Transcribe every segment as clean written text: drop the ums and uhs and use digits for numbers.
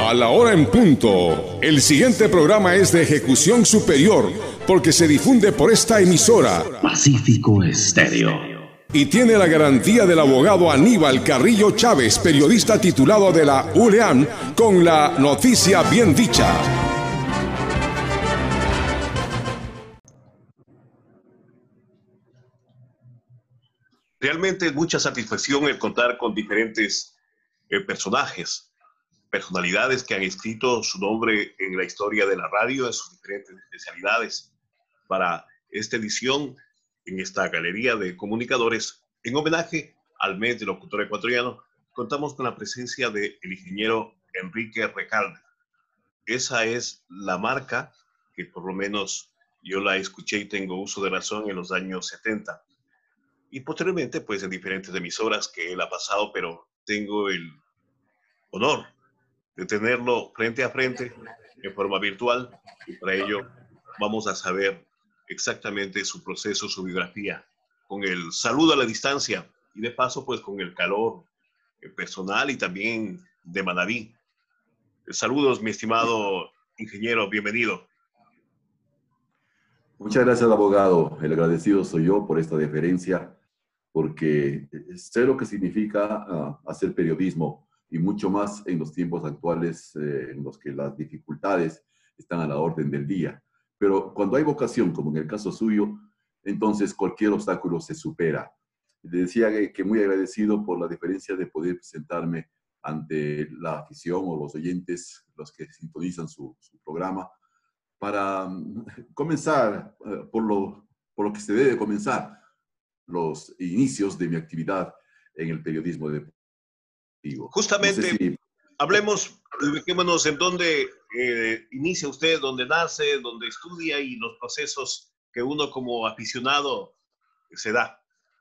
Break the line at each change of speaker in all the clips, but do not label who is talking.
A la hora en punto. El siguiente programa es de ejecución superior porque se difunde por esta emisora
Pacífico Estéreo.
Y tiene la garantía del abogado Aníbal Carrillo Chávez, periodista titulado de la ULEAM, con la noticia bien dicha.
Realmente es mucha satisfacción el contar con diferentes personalidades que han escrito su nombre en la historia de la radio, en sus diferentes especialidades, para esta edición en esta galería de comunicadores. En homenaje al mes del locutor ecuatoriano, contamos con la presencia del ingeniero Enrique Recalde. Esa es la marca que por lo menos yo la escuché y tengo uso de razón en los años 70. Y posteriormente, pues en diferentes emisoras que él ha pasado, pero tengo el honor de tenerlo frente a frente en forma virtual y para ello vamos a saber exactamente su proceso, su biografía, con el saludo a la distancia y de paso pues con el calor personal y también de Manaví. Saludos, mi estimado ingeniero, bienvenido.
Muchas gracias, abogado. El agradecido soy yo por esta deferencia, porque sé lo que significa hacer periodismo y mucho más en los tiempos actuales en los que las dificultades están a la orden del día. Pero cuando hay vocación, como en el caso suyo, entonces cualquier obstáculo se supera. Le decía que muy agradecido por la deferencia de poder presentarme ante la afición o los oyentes, los que sintonizan su programa, para comenzar por lo que se debe comenzar, los inicios de mi actividad en el periodismo deportivo.
Justamente,
no sé si...
hablemos, ubiquémonos en dónde inicia usted, dónde nace, dónde estudia y los procesos que uno como aficionado se da.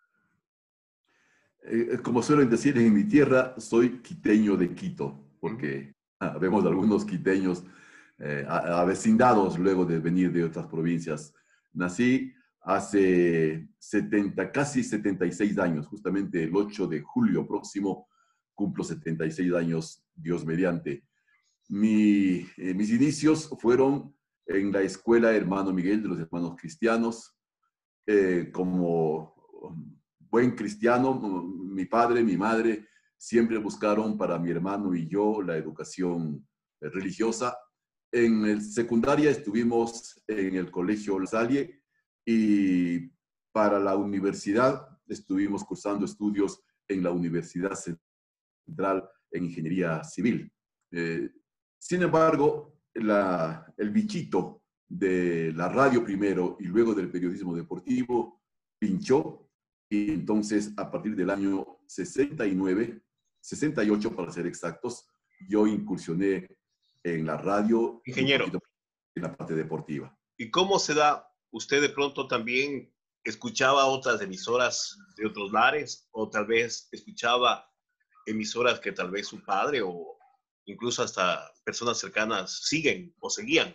Como suelen decir en mi tierra, soy quiteño de Quito, porque vemos algunos quiteños avecindados luego de venir de otras provincias. Nací hace casi 76 años, justamente el 8 de julio próximo cumplo 76 años, Dios mediante. Mis inicios fueron en la escuela Hermano Miguel de los Hermanos Cristianos, como buen cristiano, mi padre, mi madre siempre buscaron para mi hermano y yo la educación religiosa. En el secundaria estuvimos en el colegio La Salle y para la universidad estuvimos cursando estudios en la Universidad Central en Ingeniería Civil. Sin embargo, el bichito de la radio primero y luego del periodismo deportivo pinchó, y entonces a partir del año 69, 68 para ser exactos, yo incursioné en la radio,
ingeniero,
en la parte deportiva.
¿Y cómo se da? ¿Usted de pronto también escuchaba otras emisoras de otros lares o tal vez escuchaba emisoras que tal vez su padre o incluso hasta personas cercanas siguen o seguían?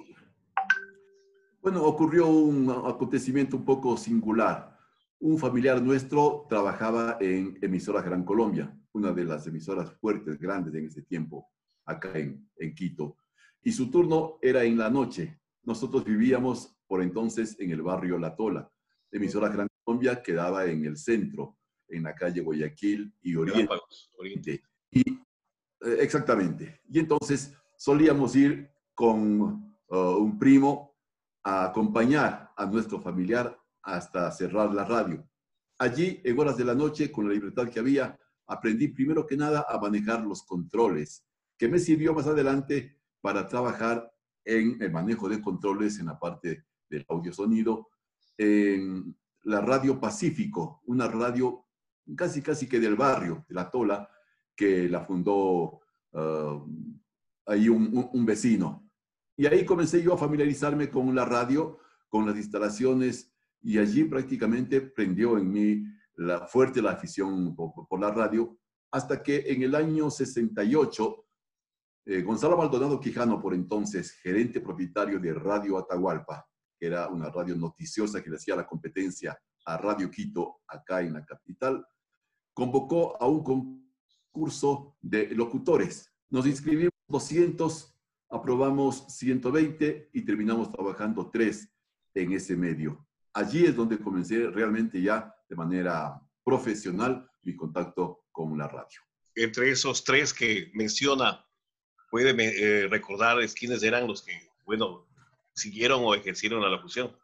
Bueno, ocurrió un acontecimiento un poco singular. Un familiar nuestro trabajaba en Emisoras Gran Colombia, una de las emisoras fuertes, grandes en ese tiempo, acá en Quito. Y su turno era en la noche. Nosotros vivíamos por entonces en el barrio La Tola. Emisoras Gran Colombia quedaba en el centro, en la calle Guayaquil y Oriente. Exactamente. Y entonces solíamos ir con un primo a acompañar a nuestro familiar hasta cerrar la radio. Allí, en horas de la noche, con la libertad que había, aprendí primero que nada a manejar los controles, que me sirvió más adelante para trabajar en el manejo de controles en la parte del audio-sonido, en la Radio Pacífico, una radio casi que del barrio, de La Tola, que la fundó ahí un vecino. Y ahí comencé yo a familiarizarme con la radio, con las instalaciones, y allí prácticamente prendió en mí fuerte la afición por la radio, hasta que en el año 68, Gonzalo Maldonado Quijano, por entonces gerente propietario de Radio Atahualpa, que era una radio noticiosa que le hacía la competencia a Radio Quito, acá en la capital, convocó a un concurso de locutores. Nos inscribimos 200, aprobamos 120 y terminamos trabajando 3 en ese medio. Allí es donde comencé realmente ya de manera profesional mi contacto con la radio.
Entre esos 3 que menciona, ¿puede recordar quiénes eran los que, bueno, siguieron o ejercieron la locución?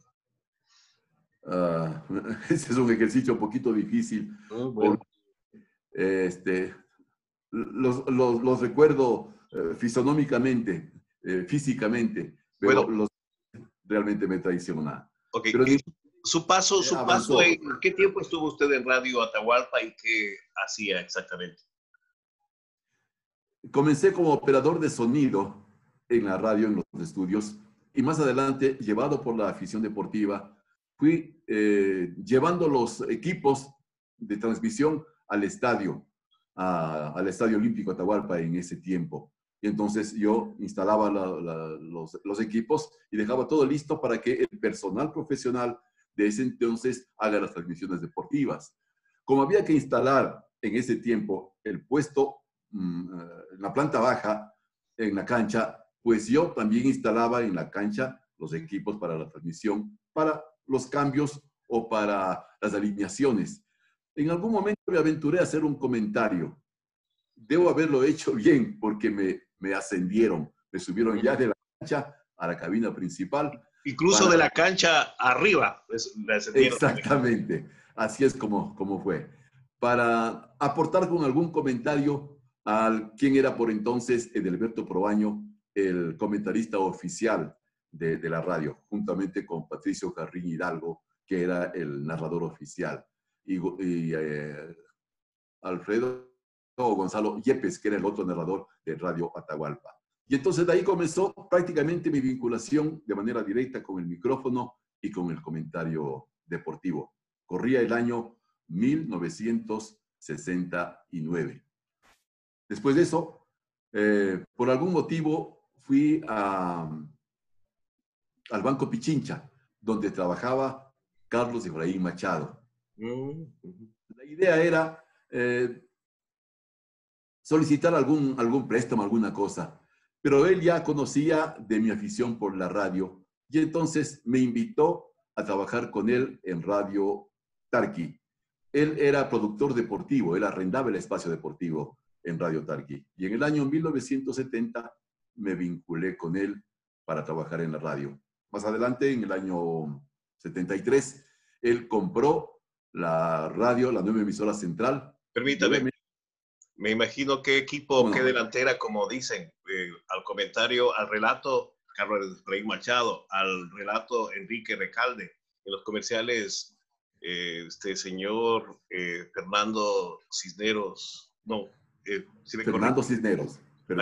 Ese es un ejercicio un poquito difícil.
Bueno.
Los recuerdo fisonómicamente, físicamente, pero
Bueno,
realmente me traiciona.
Okay.
Pero
su paso, ¿en qué tiempo estuvo usted en Radio Atahualpa y qué hacía exactamente?
Comencé como operador de sonido en la radio, en los estudios, y más adelante, llevado por la afición deportiva, fui llevando los equipos de transmisión al estadio Olímpico Atahualpa en ese tiempo. Y entonces yo instalaba los equipos y dejaba todo listo para que el personal profesional de ese entonces haga las transmisiones deportivas. Como había que instalar en ese tiempo el puesto en la planta baja, en la cancha, pues yo también instalaba en la cancha los equipos para la transmisión, para los cambios o para las alineaciones. En algún momento me aventuré a hacer un comentario. Debo haberlo hecho bien porque me ascendieron, me subieron ya de la cancha a la cabina principal.
Incluso de la cancha arriba.
Exactamente, así es como fue. Para aportar con algún comentario a quien era por entonces Edelberto Proaño, el comentarista oficial de la radio, juntamente con Patricio Carrín Hidalgo, que era el narrador oficial, y Alfredo Gonzalo Yepes, que era el otro narrador de Radio Atahualpa. Y entonces de ahí comenzó prácticamente mi vinculación de manera directa con el micrófono y con el comentario deportivo. Corría el año 1969. Después de eso, por algún motivo, fui al Banco Pichincha, donde trabajaba Carlos Efraín Machado. La idea era solicitar algún préstamo, alguna cosa, pero él ya conocía de mi afición por la radio y entonces me invitó a trabajar con él en Radio Tarqui. Él era productor deportivo, él arrendaba el espacio deportivo en Radio Tarqui. Y en el año 1970 me vinculé con él para trabajar en la radio. Más adelante, en el año 73, él compró la radio, la nueva emisora central.
Permítame, me imagino qué equipo, qué delantera, como dicen, al comentario, al relato, Carlos Efraín Machado, al relato, Enrique Recalde, en los comerciales, señor Fernando Cisneros, no.
Fernando Cisneros,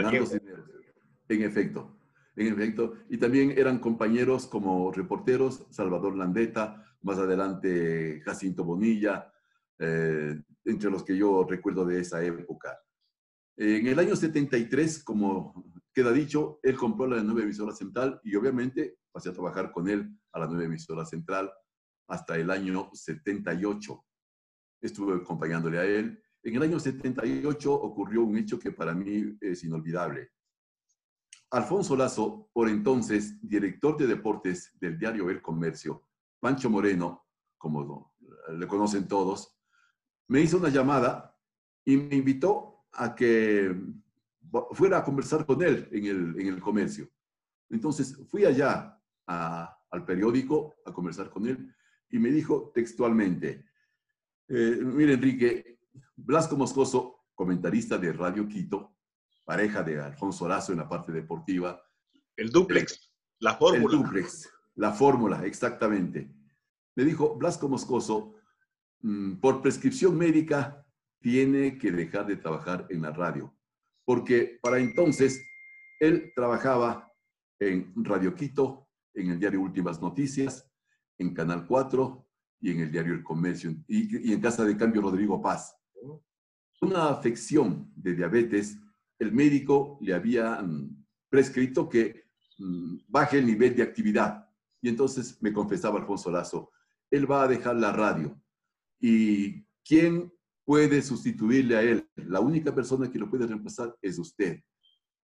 en efecto. Y también eran compañeros como reporteros, Salvador Landeta, más adelante Jacinto Bonilla, entre los que yo recuerdo de esa época. En el año 73, como queda dicho, él compró la nueva emisora central y obviamente pasé a trabajar con él a la nueva emisora central hasta el año 78. Estuve acompañándole a él. En el año 78 ocurrió un hecho que para mí es inolvidable. Alfonso Lazo, por entonces director de deportes del diario El Comercio, Pancho Moreno, como le conocen todos, me hizo una llamada y me invitó a que fuera a conversar con él en el Comercio. Entonces fui allá al periódico a conversar con él y me dijo textualmente, mire Enrique, Blasco Moscoso, comentarista de Radio Quito, pareja de Alfonso Lazo en la parte deportiva.
El dúplex, la fórmula.
El dúplex, la fórmula, exactamente. Me dijo, Blasco Moscoso, por prescripción médica, tiene que dejar de trabajar en la radio. Porque para entonces, él trabajaba en Radio Quito, en el diario Últimas Noticias, en Canal 4 y en el diario El Comercio, y en Casa de Cambio Rodrigo Paz. Una afección de diabetes, el médico le había prescrito que baje el nivel de actividad. Y entonces me confesaba Alfonso Lazo, él va a dejar la radio. ¿Y quién puede sustituirle a él? La única persona que lo puede reemplazar es usted.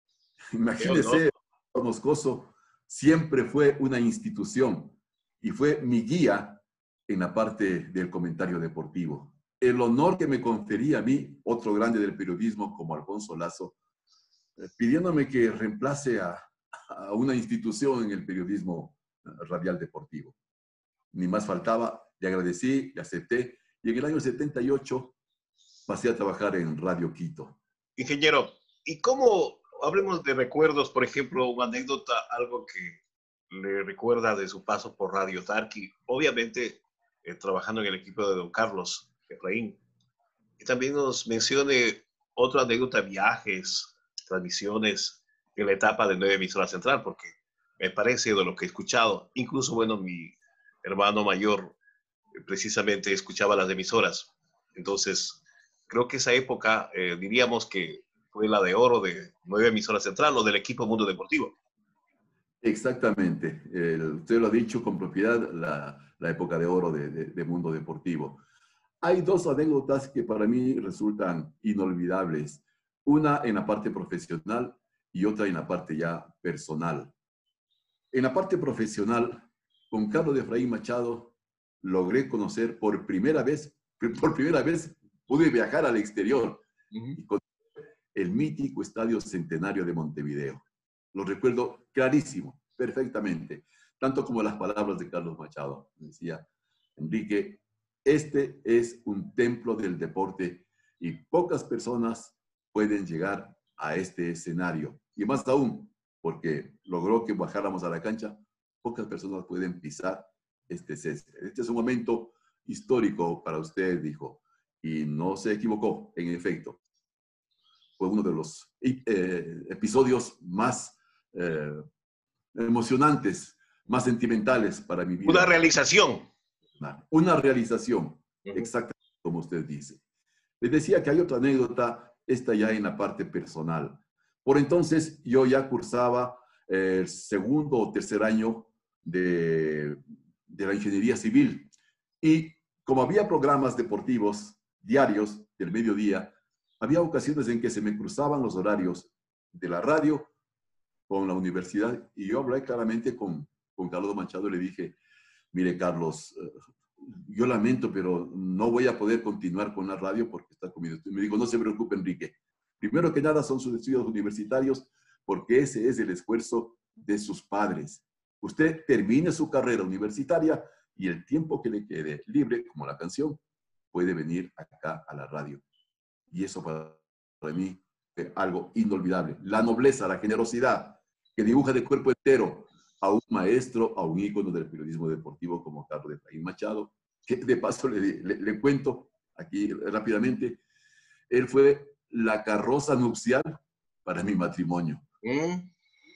Imagínese, Moscoso siempre fue una institución y fue mi guía en la parte del comentario deportivo. El honor que me confería a mí, otro grande del periodismo como Alfonso Lazo, pidiéndome que reemplace a una institución en el periodismo radial deportivo. Ni más faltaba, le agradecí, le acepté, y en el año 78 pasé a trabajar en Radio Quito.
Ingeniero, ¿y cómo, hablemos de recuerdos, por ejemplo, una anécdota, algo que le recuerda de su paso por Radio Tarqui, obviamente trabajando en el equipo de don Carlos Efraín, y también nos mencione otra anécdota, viajes, transmisiones en la etapa de 9 emisora central, porque me parece de lo que he escuchado, incluso, bueno, mi hermano mayor precisamente escuchaba las emisoras, entonces creo que esa época diríamos que fue la de oro de 9 emisora central o del equipo Mundo Deportivo.
Exactamente, usted lo ha dicho con propiedad, la época de oro de Mundo Deportivo. Hay dos anécdotas que para mí resultan inolvidables, una en la parte profesional y otra en la parte ya personal. En la parte profesional, con Carlos Efraín Machado, logré conocer por primera vez pude viajar al exterior y conocer el mítico Estadio Centenario de Montevideo. Lo recuerdo clarísimo, perfectamente, tanto como las palabras de Carlos Machado. Decía, Enrique, este es un templo del deporte y pocas personas pueden llegar a este escenario. Y más aún, porque logró que bajáramos a la cancha, pocas personas pueden pisar este césped. Este es un momento histórico para usted, dijo. Y no se equivocó, en efecto. Fue uno de los episodios más emocionantes, más sentimentales para mi vida.
Una realización.
Una realización, exactamente como usted dice. Les decía que hay otra anécdota, esta ya en la parte personal. Por entonces yo ya cursaba el segundo o tercer año de la ingeniería civil. Y como había programas deportivos diarios del mediodía, había ocasiones en que se me cruzaban los horarios de la radio con la universidad. Y yo hablé claramente con Carlos Machado y le dije, mire, Carlos, yo lamento, pero no voy a poder continuar con la radio porque está conmigo. Y me dijo, no se preocupe, Enrique. Primero que nada son sus estudios universitarios porque ese es el esfuerzo de sus padres. Usted termine su carrera universitaria y el tiempo que le quede libre, como la canción, puede venir acá a la radio. Y eso para mí fue algo inolvidable. La nobleza, la generosidad que dibuja de cuerpo entero a un maestro, a un ícono del periodismo deportivo como Carlos Efraín Machado, que de paso le cuento aquí rápidamente, él fue la carroza nupcial para mi matrimonio. En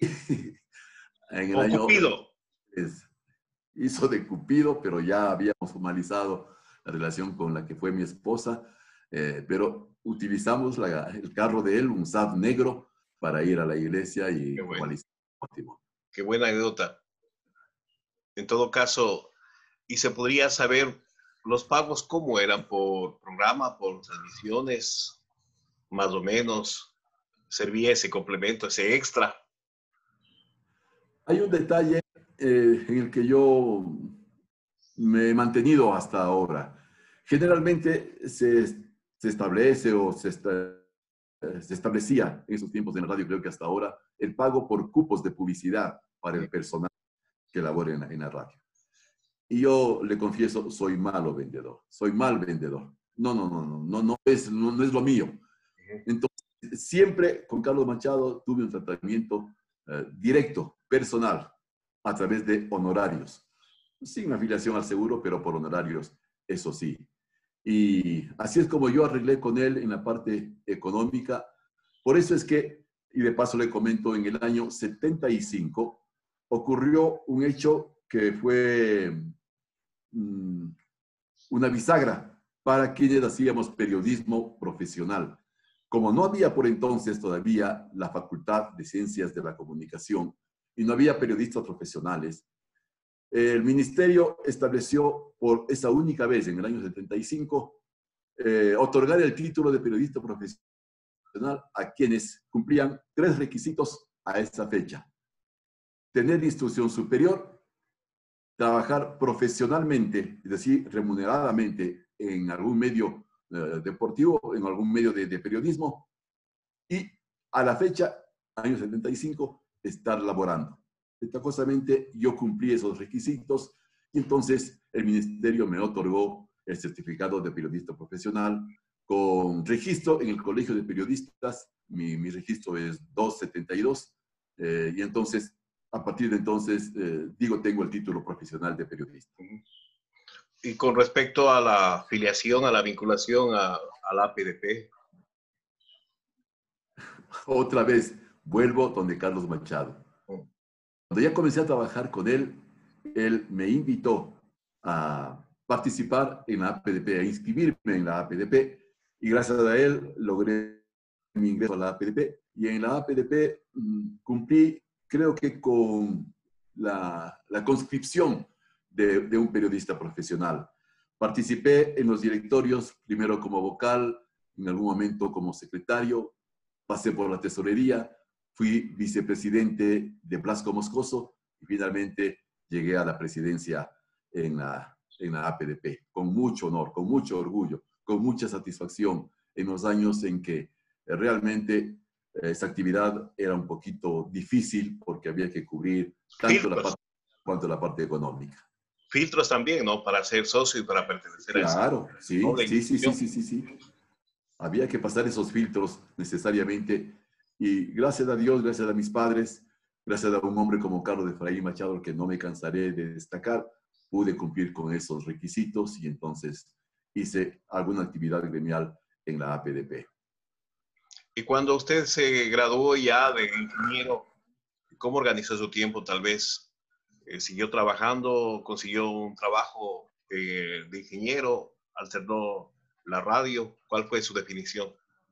el año,
Cupido.
Hizo de Cupido, pero ya habíamos formalizado la relación con la que fue mi esposa, pero utilizamos el carro de él, un Saab negro, para ir a la iglesia y formalizar el matrimonio.
Qué buena anécdota. En todo caso, ¿y se podría saber los pagos cómo eran? ¿Por programa, por transmisiones? Más o menos, ¿servía ese complemento, ese extra?
Hay un detalle en el que yo me he mantenido hasta ahora. Generalmente se establece o se establecía en esos tiempos en la radio, creo que hasta ahora, el pago por cupos de publicidad para el personal que labora en la radio. Y yo le confieso, soy malo vendedor, soy mal vendedor. No es lo mío. Entonces, siempre con Carlos Machado tuve un tratamiento directo, personal, a través de honorarios. Sin afiliación al seguro, pero por honorarios, eso sí. Y así es como yo arreglé con él en la parte económica. Por eso es que, y de paso le comento, en el año 75 ocurrió un hecho que fue una bisagra para quienes hacíamos periodismo profesional. Como no había por entonces todavía la Facultad de Ciencias de la Comunicación y no había periodistas profesionales, el ministerio estableció por esa única vez en el año 75 otorgar el título de periodista profesional a quienes cumplían 3 requisitos a esa fecha. Tener instrucción superior, trabajar profesionalmente, es decir, remuneradamente en algún medio deportivo, en algún medio de periodismo, y a la fecha, año 75, estar laborando. Ventajosamente, yo cumplí esos requisitos y entonces el ministerio me otorgó el certificado de periodista profesional con registro en el Colegio de Periodistas. Mi registro es 272 y entonces, a partir de entonces, tengo el título profesional de periodista.
Y con respecto a la afiliación, a la vinculación a la APDP.
Otra vez, vuelvo donde Carlos Machado. Cuando ya comencé a trabajar con él, él me invitó a participar en la APDP, a inscribirme en la APDP, y gracias a él logré mi ingreso a la APDP. Y en la APDP cumplí, creo que con la conscripción de un periodista profesional. Participé en los directorios, primero como vocal, en algún momento como secretario, pasé por la tesorería, fui vicepresidente de Blasco Moscoso y finalmente llegué a la presidencia en la APDP, con mucho honor, con mucho orgullo, con mucha satisfacción en los años en que realmente esa actividad era un poquito difícil porque había que cubrir tanto la parte cuanto la parte económica.
Filtros también, ¿no? Para ser socio y para pertenecer a esa.
Claro, sí. Había que pasar esos filtros necesariamente. Y gracias a Dios, gracias a mis padres, gracias a un hombre como Carlos de Efraín Machado, que no me cansaré de destacar, pude cumplir con esos requisitos y entonces hice alguna actividad gremial en la APDP.
Y cuando usted se graduó ya de ingeniero, ¿cómo organizó su tiempo? Tal vez siguió trabajando, consiguió un trabajo de ingeniero, alternó la radio. ¿Cuál fue su definición?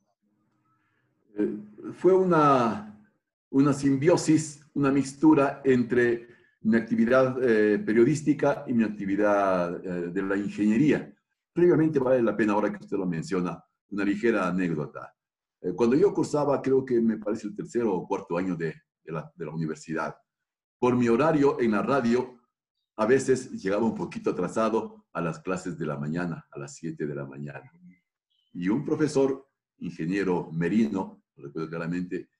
Fue una simbiosis, una mixtura entre mi actividad periodística y mi actividad de la ingeniería. Previamente, vale la pena, ahora que usted lo menciona, una ligera anécdota. Cuando yo cursaba, creo que me parece el tercero o cuarto año de la universidad, por mi horario en la radio, a veces llegaba un poquito atrasado a las clases de la mañana, a las 7 de la mañana. Y un profesor, ingeniero Merino, lo recuerdo claramente,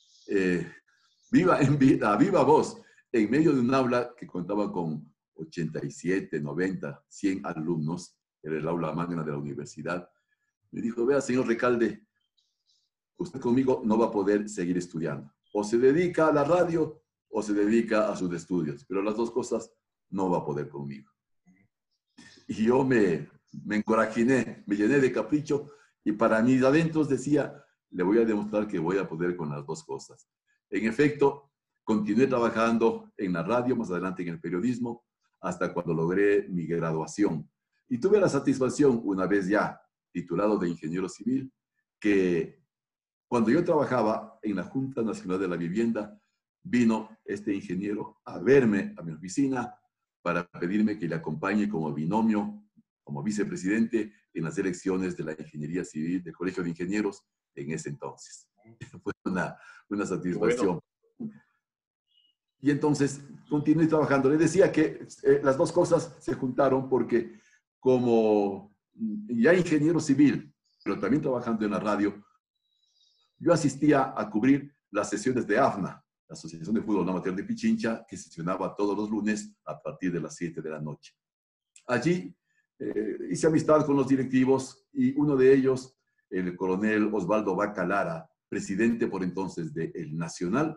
a viva voz, en medio de un aula que contaba con 87, 90, 100 alumnos, era el aula magna de la universidad, me dijo: vea, señor Recalde, usted conmigo no va a poder seguir estudiando. O se dedica a la radio o se dedica a sus estudios, pero las dos cosas no va a poder conmigo. Y yo me encorajiné, me llené de capricho y para mis adentros decía: le voy a demostrar que voy a poder con las dos cosas. En efecto, continué trabajando en la radio, más adelante en el periodismo, hasta cuando logré mi graduación. Y tuve la satisfacción, una vez ya titulado de ingeniero civil, que cuando yo trabajaba en la Junta Nacional de la Vivienda, vino este ingeniero a verme a mi oficina para pedirme que le acompañe como binomio, como vicepresidente en las elecciones de la Ingeniería Civil del Colegio de Ingenieros en ese entonces. Fue una satisfacción. Bueno. Y entonces continué trabajando. Le decía que las dos cosas se juntaron porque como ya ingeniero civil, pero también trabajando en la radio, yo asistía a cubrir las sesiones de AFNA, la Asociación de Fútbol Amateur de Pichincha, que sesionaba todos los lunes a partir de las 7 de la noche. Allí hice amistad con los directivos y uno de ellos, el coronel Osvaldo Vaca Lara, presidente por entonces del Nacional,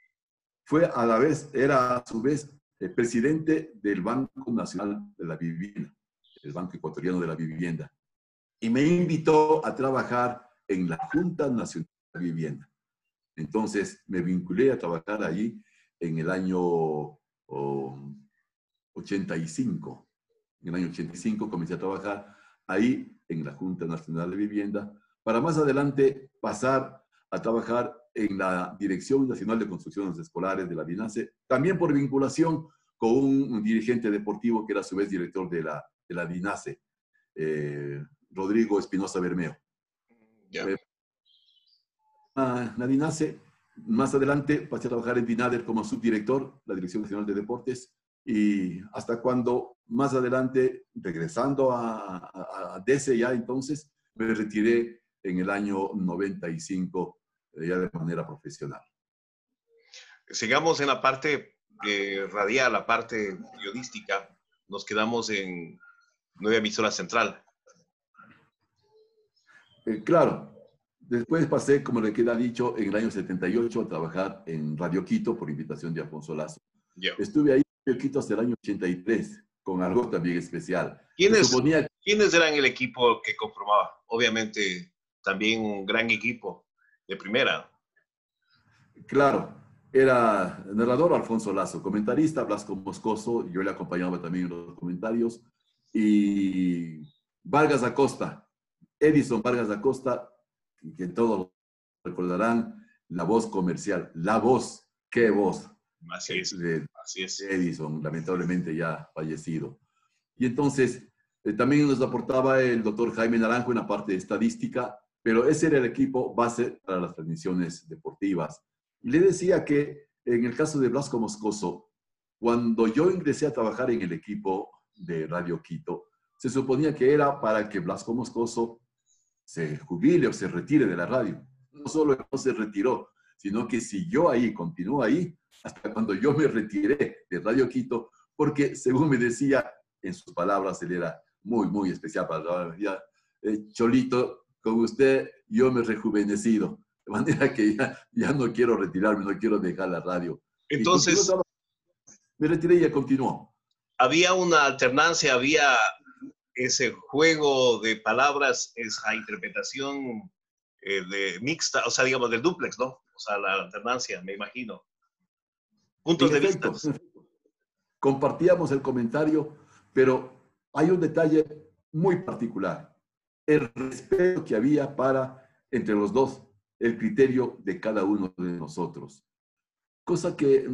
era a su vez el presidente del Banco Nacional de la Vivienda, el Banco Ecuatoriano de la Vivienda, y me invitó a trabajar en la Junta Nacional de la Vivienda. Entonces me vinculé a trabajar allí en el año 85. En el año 85 comencé a trabajar ahí en la Junta Nacional de Vivienda, para más adelante pasar a trabajar en la Dirección Nacional de Construcciones Escolares de la DINASE, también por vinculación con un dirigente deportivo que era a su vez director de la DINASE, Rodrigo Espinosa Bermeo.
Yeah.
La DINASE Más adelante pasé a trabajar en DINADER como subdirector, la Dirección Nacional de Deportes, y hasta cuando más adelante, regresando a DECE ya entonces, me retiré en el año 95 ya de manera profesional.
Sigamos en la parte radial, la parte periodística. Nos quedamos en Nueva Emisora Central.
Claro. Después pasé, como le queda dicho, en el año 78 a trabajar en Radio Quito por invitación de Alfonso Lazo.
Yeah.
Estuve ahí en Quito hasta el año 83, con algo también especial.
¿Quiénes eran el equipo que conformaba? Obviamente, también un gran equipo de primera.
Claro, era narrador Alfonso Lazo, comentarista Blasco Moscoso, yo le acompañaba también en los comentarios, y Vargas Acosta, Edison Vargas Acosta, que todos recordarán, la voz comercial, la voz, qué voz.
Así es, así es.
Edison, lamentablemente ya fallecido. Y entonces, también nos aportaba el doctor Jaime Naranjo en la parte de estadística, pero ese era el equipo base para las transmisiones deportivas. Y le decía que en el caso de Blasco Moscoso, cuando yo ingresé a trabajar en el equipo de Radio Quito, se suponía que era para que Blasco Moscoso se jubile o se retire de la radio. No solo no se retiró, sino que siguió ahí, continuó ahí, hasta cuando yo me retiré de Radio Quito, porque según me decía, en sus palabras, él era muy, muy especial para la radio. Cholito, con usted yo me he rejuvenecido, de manera que ya no quiero retirarme, no quiero dejar la radio.
Entonces,
me retiré y ya continuó.
Había una alternancia, había ese juego de palabras, esa interpretación de mixta, o sea, digamos, del dúplex, ¿no? O sea, la alternancia, me imagino. Puntos de vista.
Compartíamos el comentario, pero hay un detalle muy particular. El respeto que había entre los dos, el criterio de cada uno de nosotros. Cosa que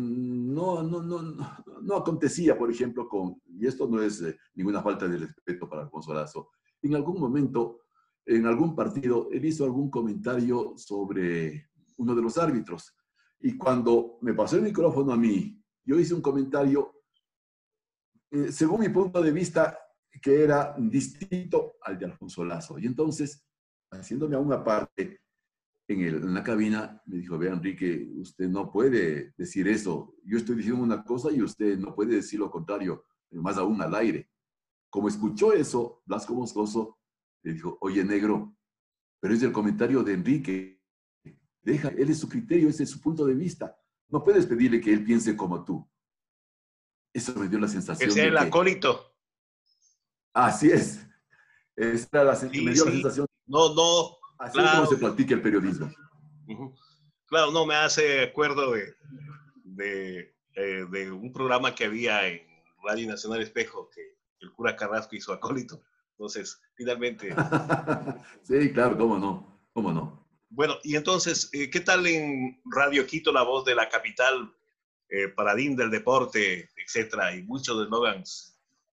no acontecía, por ejemplo, y esto no es ninguna falta de respeto para Alfonso Lazo, en algún momento, en algún partido, él hizo algún comentario sobre uno de los árbitros. Y cuando me pasó el micrófono a mí, yo hice un comentario, según mi punto de vista, que era distinto al de Alfonso Lazo. Y entonces, haciéndome aún aparte, en la cabina me dijo, vea Enrique, usted no puede decir eso. Yo estoy diciendo una cosa y usted no puede decir lo contrario, más aún al aire. Como escuchó eso, Blasco Moscoso le dijo, oye negro, pero es el comentario de Enrique. Deja, él es su criterio, ese es su punto de vista. No puedes pedirle que él piense como tú. Eso me dio la sensación.
Ese es el acólito.
Así es. Esa era me dio la sensación.
No.
Así es como se practica el periodismo.
Claro, no, me hace acuerdo de un programa que había en Radio Nacional Espejo, que el cura Carrasco hizo acólito. Entonces, finalmente...
Sí, claro, cómo no.
Bueno, y entonces, ¿qué tal en Radio Quito, la voz de la capital, paladín del deporte, etcétera, y muchos eslogans?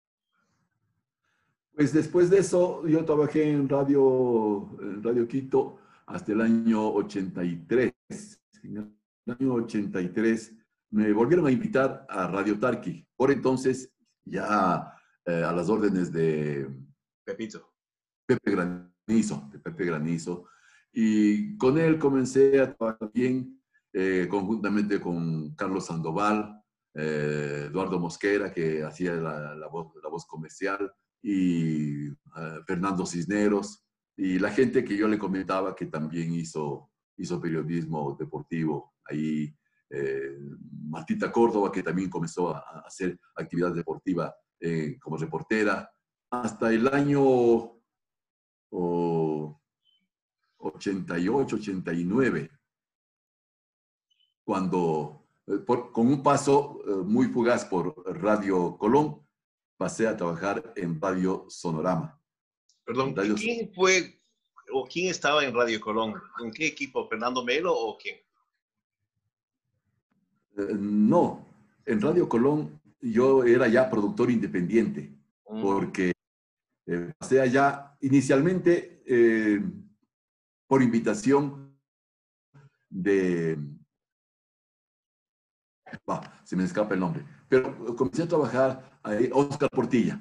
Pues después de eso, yo trabajé en Radio Quito hasta el año 83. En el año 83 me volvieron a invitar a Radio Tarqui. Por entonces, ya a las órdenes de Pepe Granizo. Y con él comencé a trabajar bien, conjuntamente con Carlos Sandoval, Eduardo Mosquera, que hacía la voz comercial, y Fernando Cisneros, y la gente que yo le comentaba que también hizo periodismo deportivo. Ahí Martita Córdoba, que también comenzó a hacer actividad deportiva como reportera, hasta el año 88, 89, cuando con un paso muy fugaz por Radio Colón, pasé a trabajar en Radio Sonorama.
Perdón, ¿quién fue o quién estaba en Radio Colón? ¿En qué equipo? ¿Fernando Melo o quién?
No, en Radio Colón yo era ya productor independiente, porque pasé allá inicialmente por invitación de se me escapa el nombre, pero comencé a trabajar ahí, Oscar Portilla,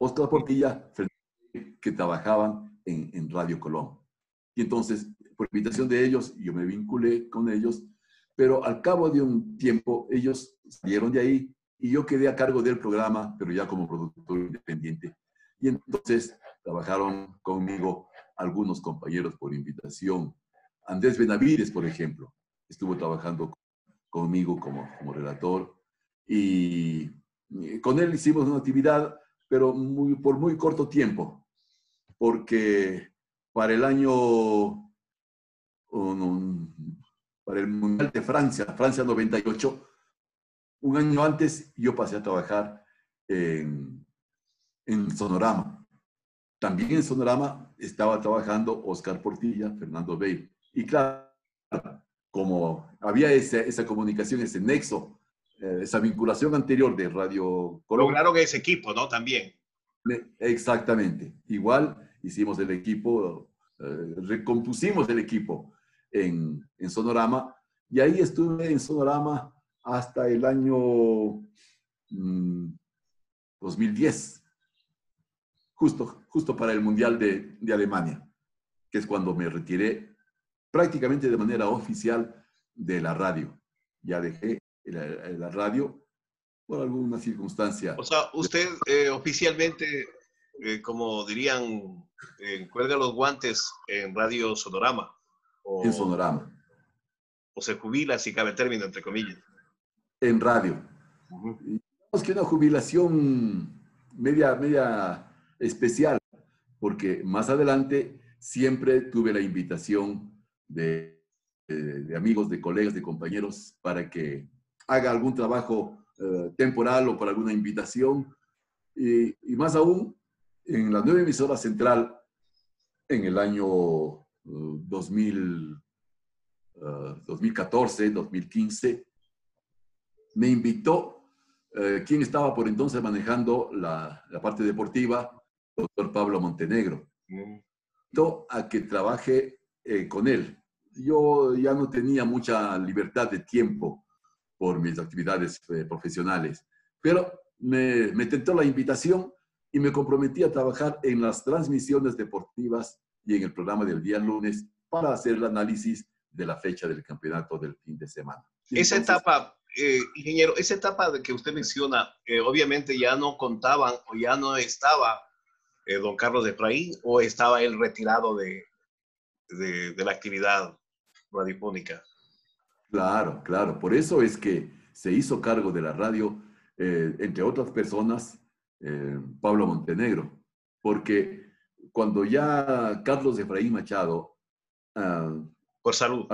que trabajaban en Radio Colón. Y entonces, por invitación de ellos, yo me vinculé con ellos, pero al cabo de un tiempo, ellos salieron de ahí y yo quedé a cargo del programa, pero ya como productor independiente. Y entonces trabajaron conmigo algunos compañeros por invitación. Andrés Benavides, por ejemplo, estuvo trabajando conmigo como relator y con él hicimos una actividad, pero por muy corto tiempo, porque para el año, para el Mundial de Francia 98, un año antes yo pasé a trabajar en Sonorama. También en Sonorama estaba trabajando Oscar Portilla, Fernando Bale. Y claro, como había esa comunicación, ese nexo, esa vinculación anterior de Radio Colón.
Lograron ese equipo, ¿no? También.
Exactamente. Igual hicimos el equipo, recompusimos el equipo en Sonorama, y ahí estuve en Sonorama hasta el año 2010, justo para el Mundial de Alemania, que es cuando me retiré prácticamente de manera oficial de la radio. Ya dejé la radio por alguna circunstancia.
O sea, usted oficialmente, como dirían, cuelga los guantes en Radio Sonorama.
En Sonorama.
O se jubila, si cabe el término, entre comillas.
En radio. Digamos que una jubilación media especial, porque más adelante siempre tuve la invitación de amigos, de colegas, de compañeros, para que haga algún trabajo temporal o por alguna invitación. Y más aún, en la nueva emisora central, en el año 2014, 2015, me invitó quien estaba por entonces manejando la parte deportiva, doctor Pablo Montenegro. Me invitó a que trabaje con él. Yo ya no tenía mucha libertad de tiempo por mis actividades profesionales, pero me tentó la invitación y me comprometí a trabajar en las transmisiones deportivas y en el programa del día lunes para hacer el análisis de la fecha del campeonato del fin de semana.
Esa etapa, ingeniero, esa etapa de que usted menciona, obviamente ya no contaban o ya no estaba don Carlos Efraín, o estaba él retirado de la actividad radiofónica.
Claro, claro. Por eso es que se hizo cargo de la radio, entre otras personas, Pablo Montenegro. Porque cuando ya Carlos Efraín Machado
por salud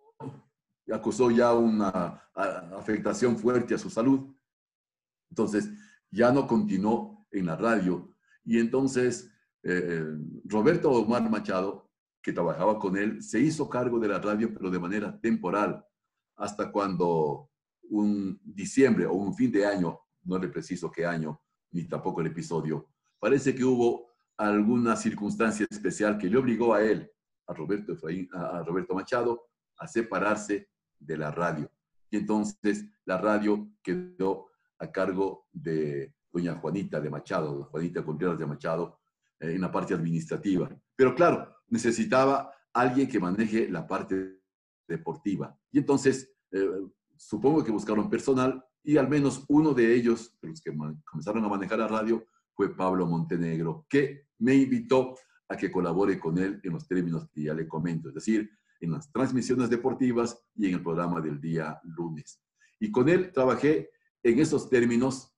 acusó ya una afectación fuerte a su salud, entonces ya no continuó en la radio. Y entonces Roberto Omar Machado, que trabajaba con él, se hizo cargo de la radio, pero de manera temporal, hasta cuando un diciembre o un fin de año, no le preciso qué año, ni tampoco el episodio, parece que hubo alguna circunstancia especial que le obligó a él, a Roberto Machado, a separarse de la radio. Y entonces la radio quedó a cargo de doña Juanita de Machado, Juanita Contreras de Machado, en la parte administrativa. Pero claro, necesitaba alguien que maneje la parte deportiva. Y entonces, supongo que buscaron personal, y al menos uno de ellos, de los que comenzaron a manejar la radio, fue Pablo Montenegro, que me invitó a que colabore con él en los términos que ya le comento, es decir, en las transmisiones deportivas y en el programa del día lunes. Y con él trabajé en esos términos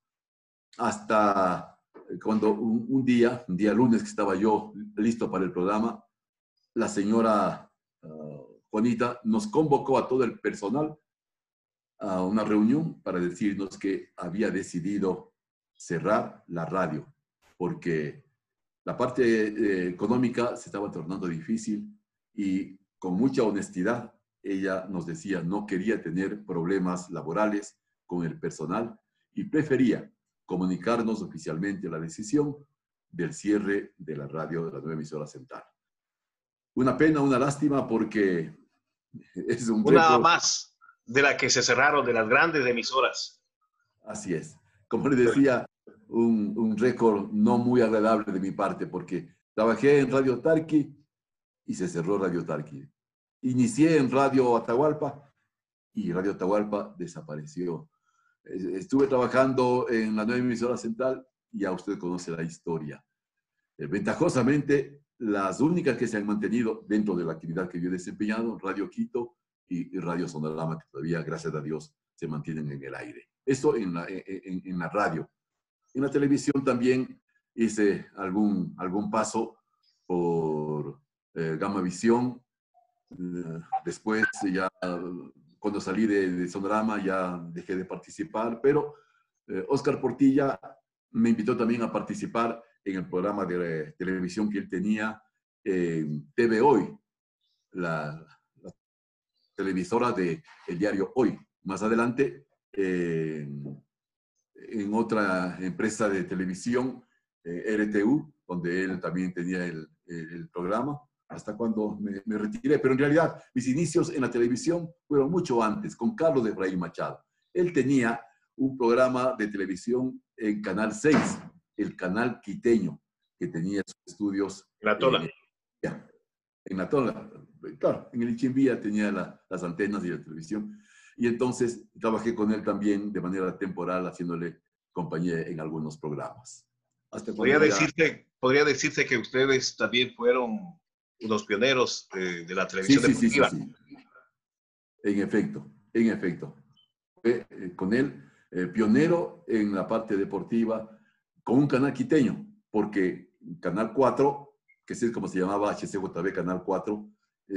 hasta cuando un día lunes que estaba yo listo para el programa, la señora Juanita nos convocó a todo el personal a una reunión para decirnos que había decidido cerrar la radio porque la parte económica se estaba tornando difícil, y con mucha honestidad ella nos decía no quería tener problemas laborales con el personal y prefería comunicarnos oficialmente la decisión del cierre de la radio de la nueva emisora central. Una pena, una lástima, porque es un
una más. de la que se cerraron, de las grandes emisoras.
Así es. Como le decía, un récord no muy agradable de mi parte, porque trabajé en Radio Tarqui y se cerró Radio Tarqui. Inicié en Radio Atahualpa y Radio Atahualpa desapareció. Estuve trabajando en la nueva emisora central y ya usted conoce la historia. Ventajosamente, las únicas que se han mantenido dentro de la actividad que yo he desempeñado, Radio Quito y Radio Sonorama, que todavía, gracias a Dios, se mantienen en el aire. Eso en la radio. En la televisión también hice algún paso por Gamavisión. Después ya, cuando salí de Sonorama, ya dejé de participar, pero Oscar Portilla me invitó también a participar en el programa de televisión que él tenía, TV Hoy, la televisora del diario Hoy. Más adelante, en otra empresa de televisión, RTU, donde él también tenía el programa, hasta cuando me retiré. Pero en realidad, mis inicios en la televisión fueron mucho antes, con Carlos Efraín Machado. Él tenía un programa de televisión en Canal 6, el canal quiteño, que tenía sus estudios
En la Tola.
En la Tola, claro, en el Ichimbía tenía las antenas y la televisión. Y entonces trabajé con él también de manera temporal, haciéndole compañía en algunos programas.
Podría decirse que ustedes también fueron unos pioneros de la televisión deportiva.
Sí. En efecto. Fue con él pionero en la parte deportiva, con un canal quiteño, porque Canal 4, que es como se llamaba HCJB Canal 4,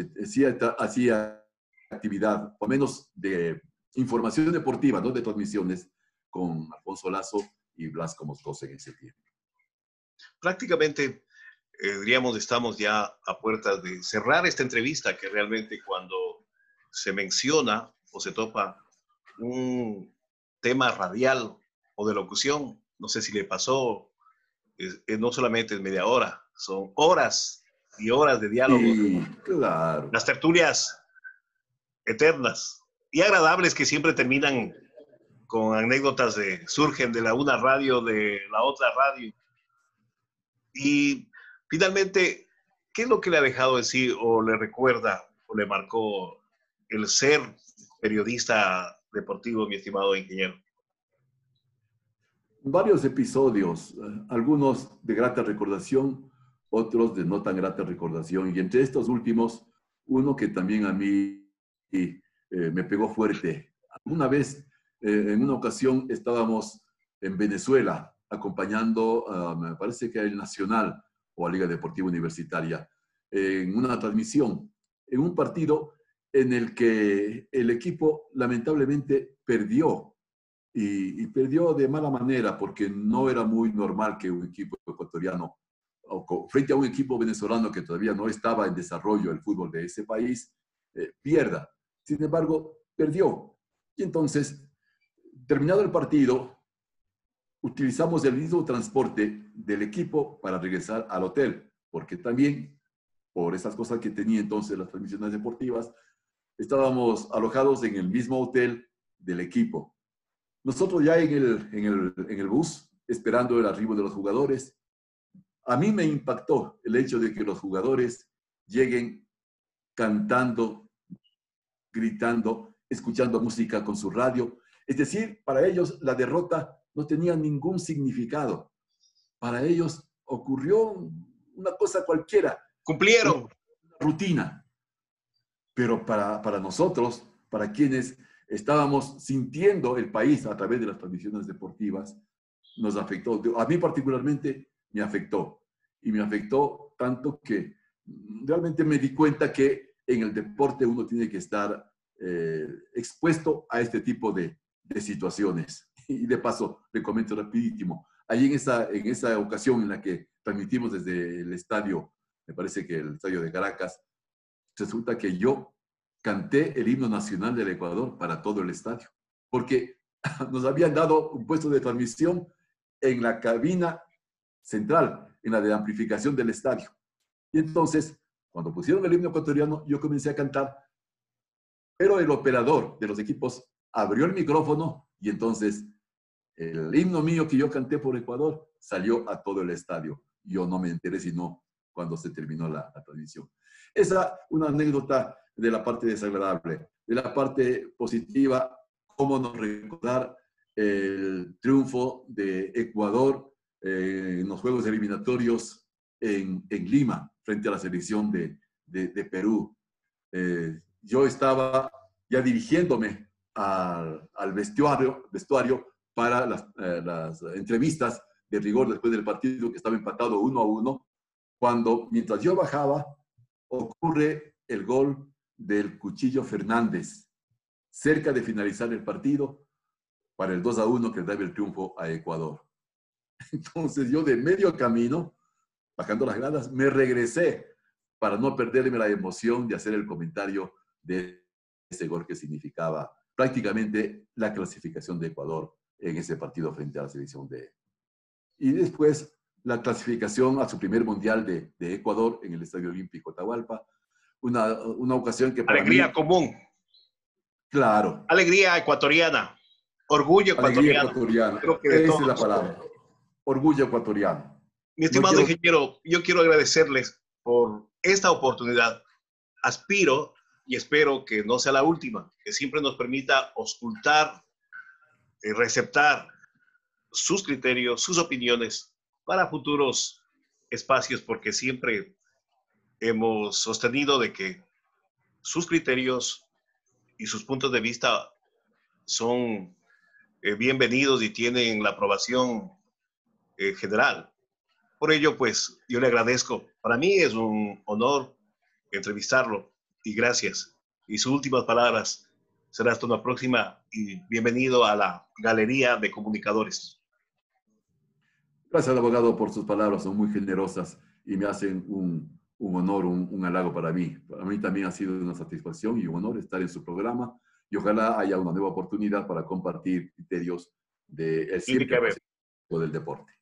hacía actividad, o menos de información deportiva, no de transmisiones, con Alfonso Lazo y Blasco Moscoso en ese tiempo.
Prácticamente, diríamos, estamos ya a puertas de cerrar esta entrevista, que realmente cuando se menciona o se topa un tema radial o de locución, no sé si le pasó, no solamente es media hora, son horas y horas de diálogo.
Sí, claro.
Las tertulias eternas y agradables que siempre terminan con anécdotas surgen de la una radio, de la otra radio. Y finalmente, ¿qué es lo que le ha dejado decir o le recuerda o le marcó el ser periodista deportivo, mi estimado ingeniero?
Varios episodios, algunos de grata recordación, otros de no tan grata recordación. Y entre estos últimos, uno que también a mí me pegó fuerte. Una vez, en una ocasión, estábamos en Venezuela acompañando, me parece que a el Nacional o a Liga Deportiva Universitaria, en una transmisión, en un partido en el que el equipo lamentablemente perdió. Y perdió de mala manera, porque no era muy normal que un equipo ecuatoriano, frente a un equipo venezolano que todavía no estaba en desarrollo el fútbol de ese país, pierda. Sin embargo, perdió. Y entonces, terminado el partido, utilizamos el mismo transporte del equipo para regresar al hotel, porque también, por esas cosas que tenía entonces las transmisiones deportivas, estábamos alojados en el mismo hotel del equipo. Nosotros ya en el bus, esperando el arribo de los jugadores, a mí me impactó el hecho de que los jugadores lleguen cantando, gritando, escuchando música con su radio. Es decir, para ellos la derrota no tenía ningún significado. Para ellos ocurrió una cosa cualquiera.
Cumplieron.
Una rutina. Pero para nosotros, para quienes estábamos sintiendo el país a través de las transmisiones deportivas, nos afectó. A mí particularmente me afectó. Y me afectó tanto que realmente me di cuenta que en el deporte uno tiene que estar expuesto a este tipo de situaciones. Y de paso, le comento rapidísimo. Allí en esa ocasión en la que transmitimos desde el estadio, me parece que el estadio de Caracas, resulta que yo canté el himno nacional del Ecuador para todo el estadio, porque nos habían dado un puesto de transmisión en la cabina central, en la de amplificación del estadio. Y entonces, cuando pusieron el himno ecuatoriano, yo comencé a cantar Pero el operador de los equipos abrió el micrófono y entonces el himno mío que yo canté por Ecuador salió a todo el estadio. Yo no me enteré sino cuando se terminó la transmisión. Esa una anécdota de la parte desagradable. De la parte positiva, cómo nos recordar el triunfo de Ecuador en los Juegos Eliminatorios en Lima, frente a la selección de Perú. Yo estaba ya dirigiéndome al vestuario para las entrevistas de rigor después del partido que estaba empatado 1-1, cuando mientras yo bajaba ocurre el gol del Cuchillo Fernández, cerca de finalizar el partido, para el 2-1 que daba el triunfo a Ecuador. Entonces yo de medio camino, bajando las gradas, me regresé para no perderme la emoción de hacer el comentario de ese gol que significaba prácticamente la clasificación de Ecuador en ese partido frente a la selección de... Y después la clasificación a su primer mundial de Ecuador en el Estadio Olímpico Atahualpa. Una ocasión que para
alegría
mí,
común.
Claro.
Alegría ecuatoriana. Orgullo ecuatoriano.
Alegría ecuatoriana.
Creo que de
Esa
todos.
es la palabra. Orgullo ecuatoriano.
Mi estimado ingeniero, yo quiero agradecerles por esta oportunidad. Aspiro y espero que no sea la última, que siempre nos permita auscultar y receptar sus criterios, sus opiniones para futuros espacios, porque siempre hemos sostenido de que sus criterios y sus puntos de vista son bienvenidos y tienen la aprobación general. Por ello, pues, yo le agradezco. Para mí es un honor entrevistarlo y gracias. Y sus últimas palabras será hasta una próxima y bienvenido a la Galería de Comunicadores.
Gracias, abogado, por sus palabras. Son muy generosas y me hacen un honor, un halago para mí. Para mí también ha sido una satisfacción y un honor estar en su programa y ojalá haya una nueva oportunidad para compartir criterios del 100% del deporte.